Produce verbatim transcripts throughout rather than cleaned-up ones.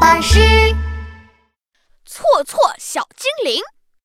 巴士错错小精灵。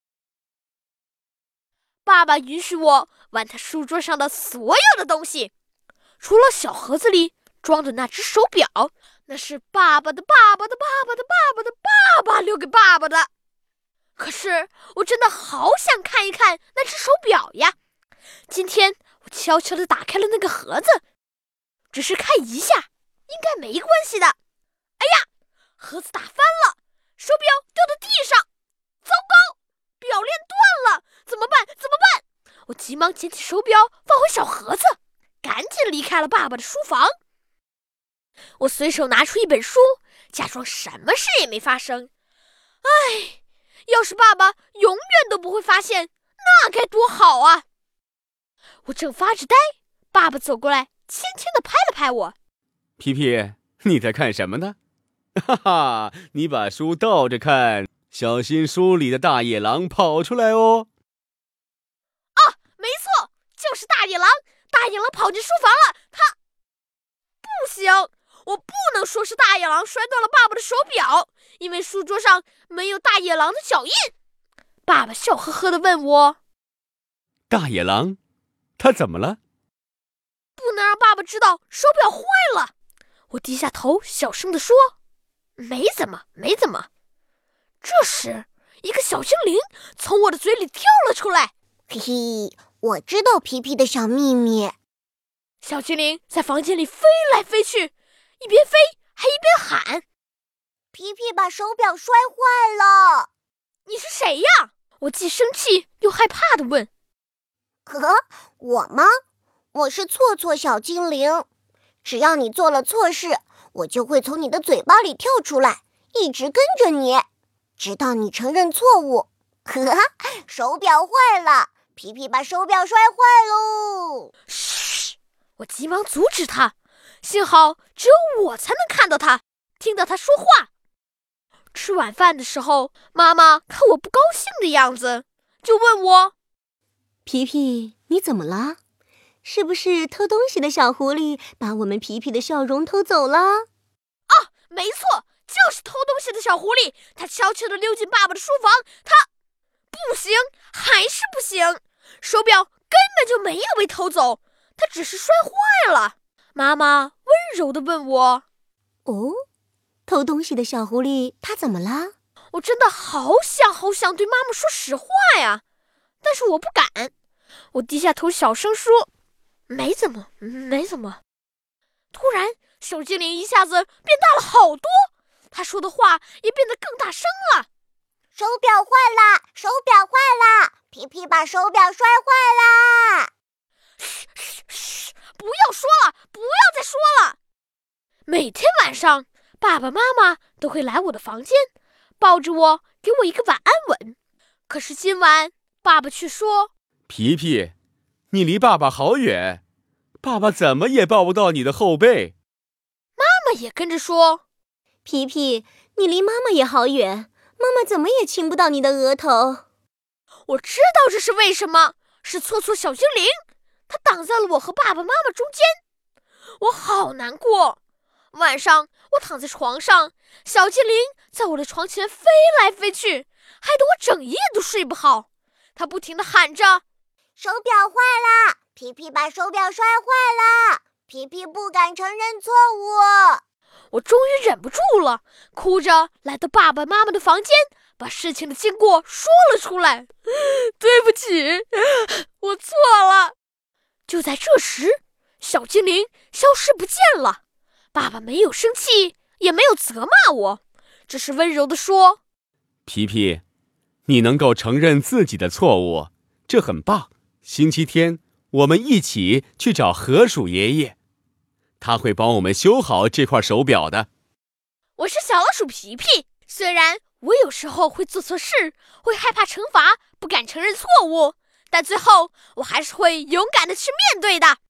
爸爸允许我玩他书桌上的所有的东西，除了小盒子里装的那只手表，那是爸爸的爸爸的爸爸的爸爸的爸爸留给爸爸的。可是我真的好想看一看那只手表呀！今天我悄悄地打开了那个盒子，只是看一下，应该没关系的。哎呀，盒子打翻了，手表掉到地上，糟糕，表链断了，怎么办？怎么办？我急忙捡起手表，放回小盒子，赶紧离开了爸爸的书房。我随手拿出一本书，假装什么事也没发生。唉，要是爸爸永远都不会发现，那该多好啊！我正发着呆，爸爸走过来，轻轻地拍了拍我。 皮皮，你在看什么呢？哈哈，你把书倒着看，小心书里的大野狼跑出来哦。 啊，没错，就是大野狼！大野狼跑进书房了，他……不行，我不能说是大野狼摔断了爸爸的手表，因为书桌上没有大野狼的脚印。爸爸笑呵呵地问我： 大野狼？他怎么了？ 不能让爸爸知道手表坏了。我低下头，小声地说：没怎么，没怎么。这时，一个小精灵从我的嘴里跳了出来。 嘿嘿，我知道皮皮的小秘密。 小精灵在房间里飞来飞去，一边飞还一边喊： 皮皮把手表摔坏了。 你是谁呀？我既生气又害怕地问。 呵，我吗？我是错错小精灵。只要你做了错事，我就会从你的嘴巴里跳出来，一直跟着你，直到你承认错误。呵呵，手表坏了，皮皮把手表摔坏喽！ 嘘！我急忙阻止他，幸好只有我才能看到他，听到他说话。吃晚饭的时候，妈妈看我不高兴的样子，就问我： 皮皮，你怎么了？是不是偷东西的小狐狸把我们皮皮的笑容偷走了？ 啊，没错，就是偷东西的小狐狸，它悄悄地溜进爸爸的书房。它不行，还是不行，手表根本就没有被偷走，它只是摔坏了。妈妈温柔地问我： 哦，偷东西的小狐狸它怎么了？ 我真的好想好想对妈妈说实话呀，但是我不敢。我低下头小声说：没怎么，没怎么。突然，小精灵一下子变大了好多，他说的话也变得更大声了。 手表坏了，手表坏了，皮皮把手表摔坏了。 嘘嘘嘘，不要说了，不要再说了。每天晚上，爸爸妈妈都会来我的房间，抱着我，给我一个晚安吻。可是今晚，爸爸却说： 皮皮，你离爸爸好远，爸爸怎么也抱不到你的后背。 妈妈也跟着说： 皮皮，你离妈妈也好远，妈妈怎么也亲不到你的额头。 我知道这是为什么，是错错小精灵，他挡在了我和爸爸妈妈中间。我好难过。晚上我躺在床上，小精灵在我的床前飞来飞去，害得我整夜都睡不好。他不停地喊着： 手表坏了，皮皮把手表摔坏了，皮皮不敢承认错误。 我终于忍不住了，哭着来到爸爸妈妈的房间，把事情的经过说了出来。对不起，我错了。就在这时，小精灵消失不见了。爸爸没有生气，也没有责骂我，只是温柔地说： 皮皮，你能够承认自己的错误，这很棒。星期天我们一起去找河鼠爷爷，他会帮我们修好这块手表的。 我是小老鼠皮皮，虽然我有时候会做错事，会害怕惩罚，不敢承认错误，但最后我还是会勇敢地去面对的。